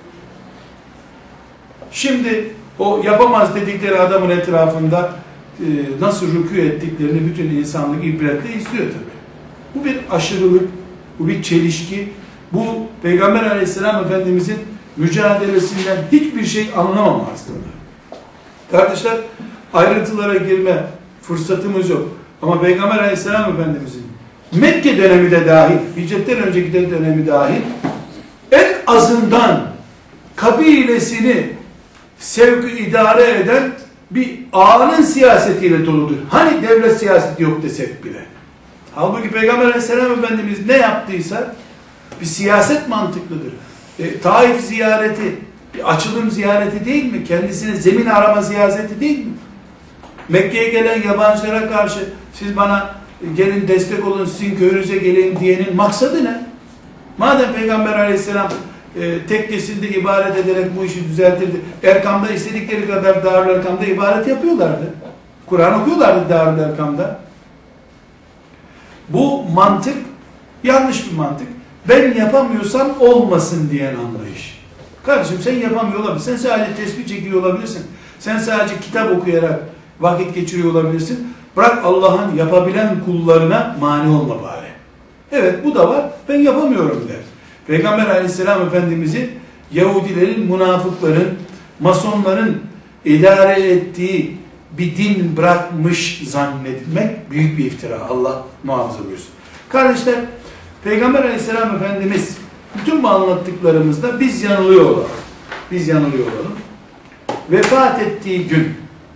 Şimdi o yapamaz dedikleri adamın etrafında e, nasıl rükû ettiklerini bütün insanlık ibretle izliyor tabii. Bu bir aşırılık, bu bir çelişki, bu Peygamber Aleyhisselam Efendimizin mücadelesinden hiçbir şey anlamam aslında. Kardeşler, ayrıntılara girme fırsatımız yok. Ama Peygamber Aleyhisselam Efendimizin Mekke dönemi de dahil, hicretten önceki de dönemi dahil, en azından kabilesini sevki idare eden bir ağanın siyasetiyle doludur. Hani devlet siyaseti yok desek bile. Halbuki Peygamber Aleyhisselam Efendimiz ne yaptıysa bir siyaset mantıklıdır. E, Taif ziyareti bir açılım ziyareti değil mi? Kendisine zemin arama ziyareti değil mi? Mekke'ye gelen yabancılara karşı siz bana gelin destek olun, sizin köyünüze gelin diyenin maksadı ne? Madem Peygamber Aleyhisselam e, tekkesinde ibadet ederek bu işi düzeltirdi. Erkam'da istedikleri kadar Darül Erkam'da ibadet yapıyorlardı. Kur'an okuyorlardı Darül Erkam'da. Bu mantık Yanlış bir mantık. Ben yapamıyorsam olmasın diyen anlayış. Kardeşim sen yapamıyor olabilirsin. Sen sadece tesbih çekiyor olabilirsin. Sen sadece kitap okuyarak vakit geçiriyor olabilirsin. Bırak Allah'ın yapabilen kullarına mani olma bari. Evet bu da var. Ben yapamıyorum der. Peygamber aleyhisselam Efendimiz'i Yahudilerin, münafıkların, masonların idare ettiği bir din bırakmış zannetmek büyük bir iftira. Allah muhafaza buyursun. Kardeşler, Peygamber aleyhisselam Efendimiz bütün bu anlattıklarımızda biz yanılıyor olalım. Biz yanılıyor olalım. Vefat ettiği gün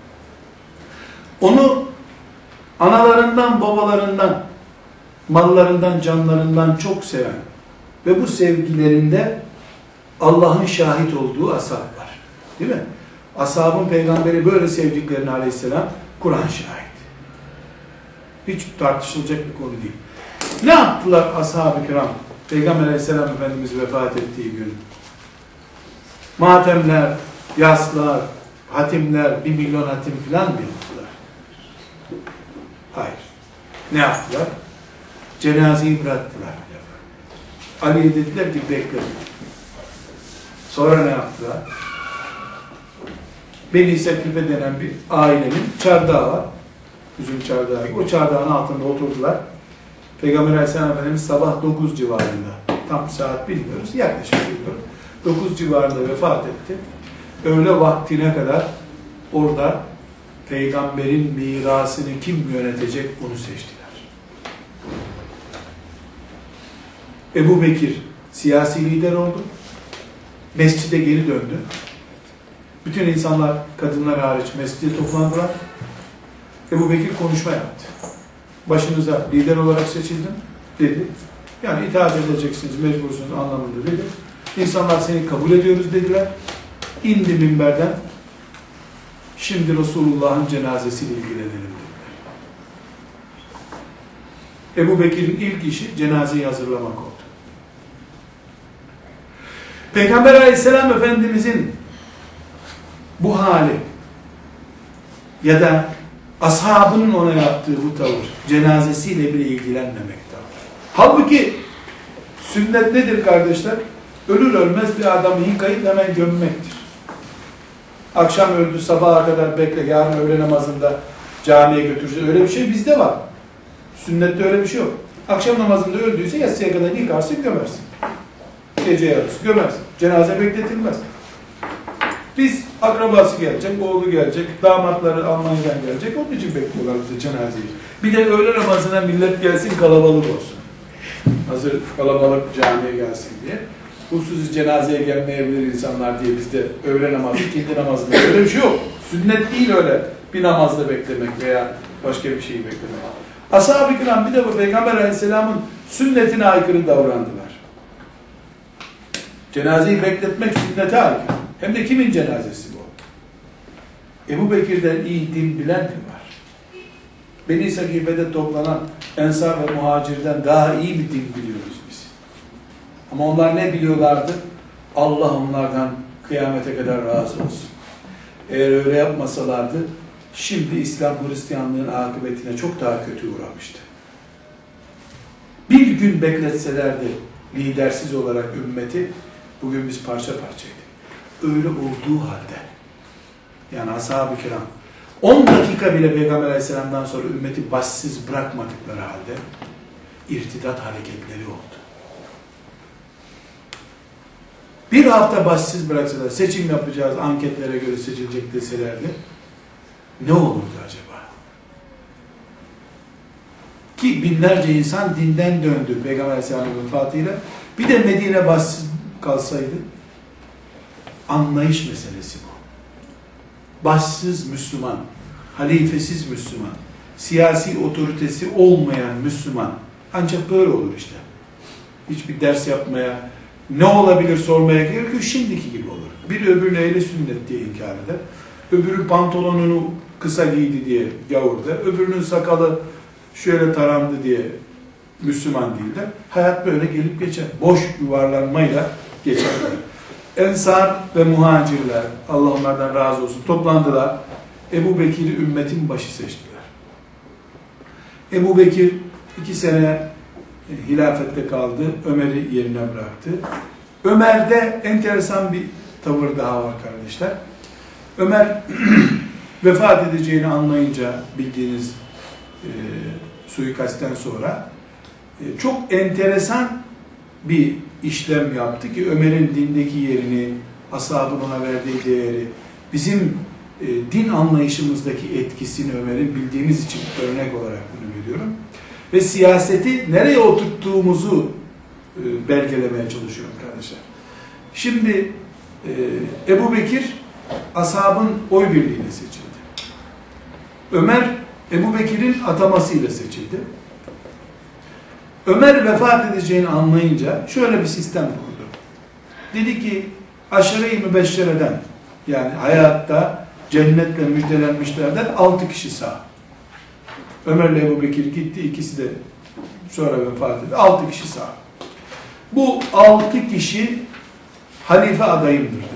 onu analarından, babalarından, mallarından, canlarından çok seven ve bu sevgilerinde Allah'ın şahit olduğu ashab var. Değil mi? Ashabın peygamberi böyle sevdiklerini aleyhisselam Kur'an şahit. Hiç tartışılacak bir konu değil. Ne yaptılar ashab-ı kiram? Peygamber aleyhisselam Efendimiz vefat ettiği gün. Matemler, yaslar, hatimler, bir milyon hatim filan mı yaptılar? Hayır. Ne yaptılar? Cenazeyi bıraktılar. Ali'ye dediler ki bekle. Sonra ne yaptılar? Beni Sekife denen bir ailenin çardağı var. Üzüm çardağı gibi. O çardağın altında oturdular. Peygamber aleyhisselam Efendimiz sabah dokuz civarında, tam saat bilmiyoruz, yaklaşık bilmiyoruz, dokuz civarında vefat etti. Öğle vaktine kadar orada peygamberin mirasını kim yönetecek onu seçtiler. Ebu Bekir siyasi lider oldu. Mescide geri döndü. Bütün insanlar, kadınlar hariç mescide toplandılar. Ebu Bekir konuşma yaptı. Başınıza lider olarak seçildim dedi. Yani itaat edeceksiniz, mecbursunuz anlamında dedi. İnsanlar seni kabul ediyoruz dediler. İndi minberden. Şimdi Resulullah'ın cenazesiyle ilgilenelim dediler. Ebu Bekir'in ilk işi cenazeyi hazırlamak oldu. Peygamber aleyhisselam Efendimizin bu hali ya da ashabının ona yaptığı bu tavır, cenazesiyle bile ilgilenmemek tavır. Halbuki sünnet nedir kardeşler? Ölür ölmez bir adamı yıkayıp hemen gömmektir. Akşam öldü, sabaha kadar bekle, yarın öğle namazında camiye götüreceğiz. Öyle bir şey bizde var. Sünnette öyle bir şey yok. Akşam namazında öldüyse yatsıya kadar yıkarsın, gömersin. Gece yarısı gömersin. Cenaze bekletilmez. Biz akrabası gelecek, oğlu gelecek, damatları Almanya'dan gelecek, onun için bekliyorlar bize cenazeyi. Bir de öğle namazına millet gelsin, kalabalık olsun. Hazır kalabalık camiye gelsin diye. Hususi cenazeye gelmeyebilir insanlar diye bizde öğle namazı, ikindi namazında öyle bir şey yok. Sünnet değil öyle bir namazda beklemek veya başka bir şeyi beklemek. Ashab-ı kiram bir de bu Peygamber aleyhisselamın sünnetine aykırı davrandılar. Cenazeyi bekletmek sünnete aykırı. Hem de kimin cenazesi bu? Ebu Bekir'den iyi din bilen mi var? Beni Sakife'de toplanan Ensar ve Muhacir'den daha iyi bir din biliyoruz biz. Ama onlar ne biliyorlardı? Allah onlardan kıyamete kadar razı olsun. Eğer öyle yapmasalardı, şimdi İslam Hristiyanlığın akıbetine çok daha kötü uğramıştı. Bir gün bekletselerdi lidersiz olarak ümmeti, bugün biz parça parçaydık. Öyle olduğu halde, yani ashab-ı kiram, on dakika bile Peygamber aleyhisselamdan sonra ümmeti başsız bırakmadıkları halde, irtidat hareketleri oldu. Bir hafta başsız bıraksalar, seçim yapacağız, anketlere göre seçilecek deselerdi, ne olurdu acaba? Ki binlerce insan dinden döndü Peygamber aleyhisselamın vefatıyla, bir de Medine başsız kalsaydı, anlayış meselesi bu. Başsız Müslüman, halifesiz Müslüman, siyasi otoritesi olmayan Müslüman ancak böyle olur işte. Hiçbir ders yapmaya, ne olabilir sormaya gerek yok, şimdiki gibi olur. Bir öbürüne ehli sünnet diye inkar eder. Öbürü pantolonunu kısa giydi diye gavur der. Öbürünün sakalı şöyle tarandı diye Müslüman değil der. Hayat böyle gelip geçer. Boş yuvarlanmayla geçer. Ensar ve muhacirler, Allah onlardan razı olsun, toplandılar. Ebu Bekir'i ümmetin başı seçtiler. Ebu Bekir iki sene e, hilafette kaldı. Ömer'i yerine bıraktı. Ömer'de enteresan bir tavır daha var kardeşler. Ömer vefat edeceğini anlayınca, bildiğiniz e, suikastten sonra e, çok enteresan bir işlem yaptı ki Ömer'in dindeki yerini, ashabın ona verdiği değeri, bizim e, din anlayışımızdaki etkisini Ömer'in bildiğimiz için örnek olarak bunu veriyorum. Ve siyaseti nereye oturttuğumuzu e, belgelemeye çalışıyorum kardeşler. Şimdi e, Ebu Bekir ashabın oy birliğiyle seçildi. Ömer Ebu Bekir'in atamasıyla seçildi. Ömer vefat edeceğini anlayınca şöyle bir sistem kurdu. Dedi ki aşere-i mübeşşereden, yani hayatta cennetle müjdelenmişlerden altı kişi sağ. Ömer'le Ebu Bekir gitti, ikisi de sonra vefat etti. Altı kişi sağ. Bu altı kişi halife adayımdır dedi.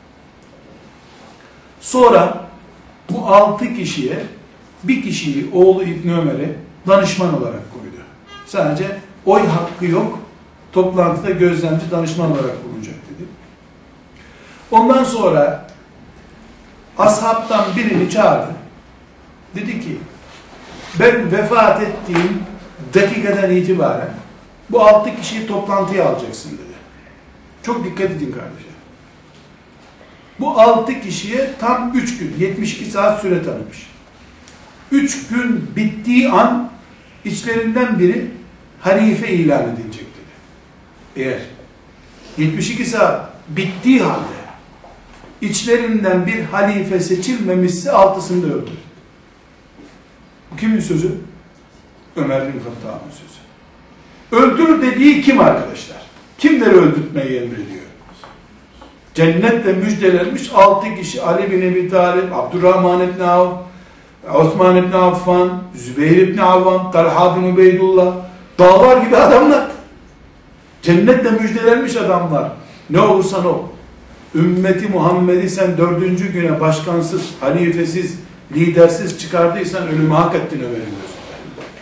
Sonra bu altı kişiye bir kişiyi oğlu İbni Ömer'e danışman olarak koydu. Sadece oy hakkı yok, toplantıda gözlemci danışman olarak bulunacak dedi. Ondan sonra ashabtan birini çağırdı. Dedi ki ben vefat ettiğim dakikadan itibaren bu altı kişiyi toplantıya alacaksın dedi. Çok dikkat edin kardeşler. Bu altı kişiye tam üç gün, yetmiş iki saat süre tanımış. Üç gün bittiği an içlerinden biri halife ilan edilecek dedi. Eğer yetmiş iki saat bittiği halde içlerinden bir halife seçilmemişse altısını da öldürür. Bu kimin sözü? Ömer bin Hattab'ın sözü. Öldür dediği kim arkadaşlar? Kimleri öldürtmeyi emrediyor? Cennetle müjdelenmiş altı kişi: Ali bin Ebi Talib, Abdurrahman ibn Avf, Osman ibn Affan, Zübeyir ibn Avvam, Talha bin Ubeydullah, dağlar gibi adamlar. Cennetle müjdelenmiş adamlar. Ne olursan ol. Ümmeti Muhammed'i sen dördüncü güne başkansız, halifesiz, lidersiz çıkardıysan ölümü hak ettin Ömer'in gözünde.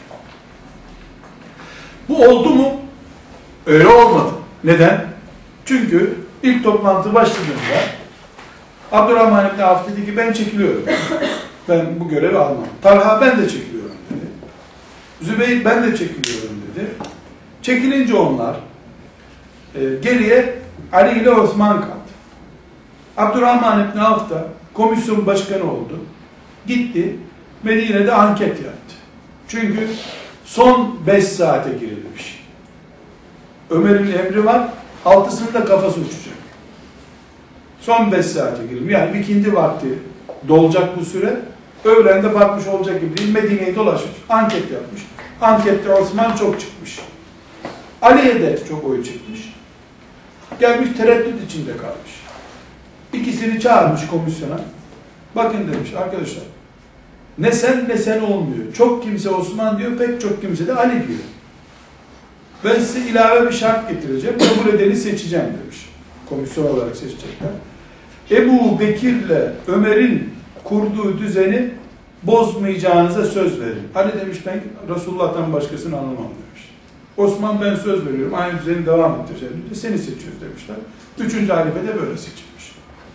Bu oldu mu? Öyle olmadı. Neden? Çünkü ilk toplantı başladığında Abdurrahman ibn Avf dedi ki ben çekiliyorum. Ben bu görevi almam. Talha ben de çekiliyorum dedi. Zübeyir ben de çekiliyorum dedi. Çekilince onlar e, geriye Ali ile Osman kaldı. Abdurrahman ibn Avf da komisyon başkanı oldu. Gitti Medine'de anket yaptı. Çünkü son beş saate girilmiş. Ömer'in emri var, altısında kafası uçacak. Son beş saate girilmiş. Yani ikindi vakti dolacak bu süre. Öğlende bakmış olacak gibi değil. Medine'yi dolaşmış. Anket yapmış. Ankette Osman çok çıkmış. Ali'ye de çok oy çıkmış. Gelmiş tereddüt içinde kalmış. İkisini çağırmış komisyona. Bakın demiş arkadaşlar. Ne sen ne sen olmuyor. Çok kimse Osman diyor, pek çok kimse de Ali diyor. Ben size ilave bir şart getireceğim. Kabul edeni seçeceğim demiş. Komisyon olarak seçecekler. Ebu Bekir'le Ömer'in kurduğu düzeni bozmayacağınıza söz verin. Ali demiş ben Resulullah'tan başkasını anlamam demiş. Osman ben söz veriyorum. Aynı düzeni devam ettireceğim. Seni seçiyoruz demişler. Üçüncü halife de böyle seçilmiş.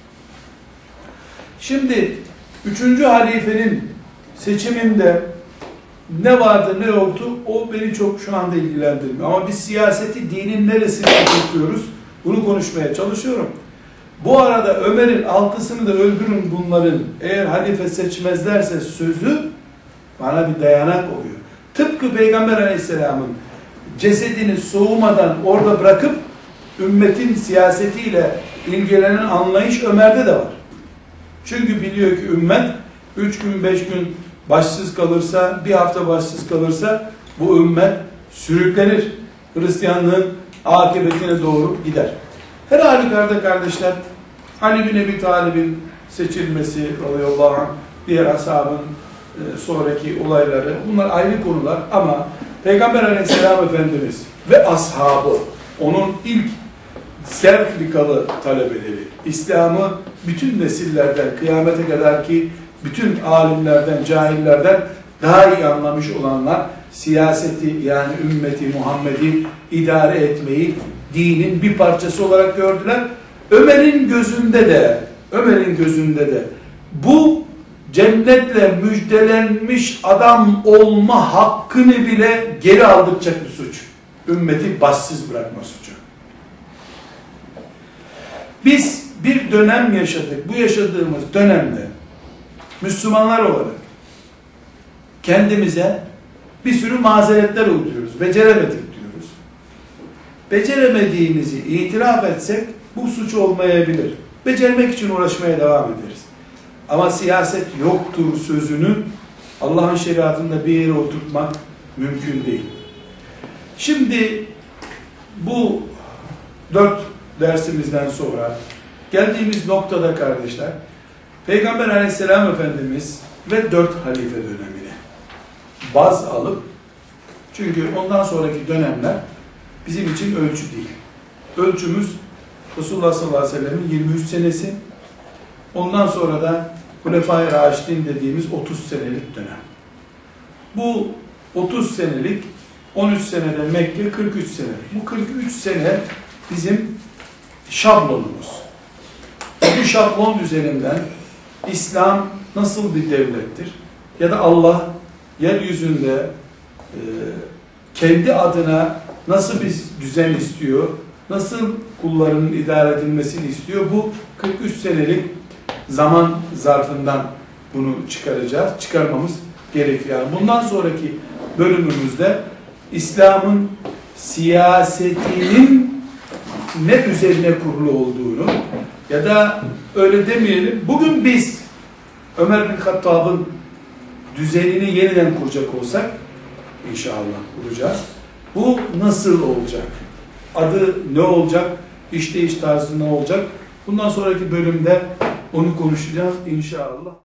Şimdi üçüncü halifenin seçiminde ne vardı ne yoktu o beni çok şu anda ilgilendirmiyor. Ama biz siyaseti dinin neresine tutuyoruz bunu konuşmaya çalışıyorum. Bu arada Ömer'in altısını da öldürün bunların eğer halife seçmezlerse sözü bana bir dayanak oluyor. Tıpkı Peygamber Aleyhisselam'ın cesedini soğumadan orada bırakıp ümmetin siyasetiyle ilgilenen anlayış Ömer'de de var. Çünkü biliyor ki ümmet üç gün beş gün başsız kalırsa, bir hafta başsız kalırsa bu ümmet sürüklenir. Hristiyanlığın akıbetine doğru gider. Her halükarda kardeşler, Ali bin Ebi Talib'in seçilmesi radıyallahu anh, diğer ashabın e, sonraki olayları, bunlar ayrı konular ama Peygamber Aleyhisselam Efendimiz ve ashabı, onun ilk sertifikalı talebeleri, İslam'ı bütün nesillerden, kıyamete kadar ki bütün alimlerden, cahillerden daha iyi anlamış olanlar, siyaseti yani ümmeti Muhammed'i idare etmeyi dinin bir parçası olarak gördüler. Ömer'in gözünde de Ömer'in gözünde de bu cennetle müjdelenmiş adam olma hakkını bile geri aldıracak bir suç. Ümmeti başsız bırakma suçu. Biz bir dönem yaşadık. Bu yaşadığımız dönemde Müslümanlar olarak kendimize bir sürü mazeretler uyduruyoruz. Beceremedik diyoruz. Beceremediğimizi itiraf etsek bu suç olmayabilir. Becermek için uğraşmaya devam ederiz. Ama siyaset yoktur sözünü Allah'ın şeriatında bir yere oturtmak mümkün değil. Şimdi bu dört dersimizden sonra geldiğimiz noktada kardeşler, Peygamber Aleyhisselam Efendimiz ve dört halife dönemine baz alıp, çünkü ondan sonraki dönemler bizim için ölçü değil. Ölçümüz Resulullah sallallahu aleyhi ve sellem'in yirmi üç senesi, ondan sonra da Hulefai Raşidin dediğimiz otuz senelik dönem. Bu otuz senelik, on üç senede Mekke, kırk üç sene. Bu kırk üç sene bizim şablonumuz. Bu şablon üzerinden İslam nasıl bir devlettir? Ya da Allah yeryüzünde e, kendi adına nasıl bir düzen istiyor? Nasıl kullarının idare edilmesini istiyor? Bu kırk üç senelik zaman zarfından bunu çıkaracağız. Çıkarmamız gerekiyor. Yani bundan sonraki bölümümüzde İslam'ın siyasetinin ne üzerine kurulu olduğunu, ya da öyle demeyelim, bugün biz Ömer bin Hattab'ın düzenini yeniden kuracak olsak, inşallah kuracağız. Bu nasıl olacak? Adı ne olacak? İşleyiş tarzı ne olacak? Bundan sonraki bölümde onu konuşacağız inşallah.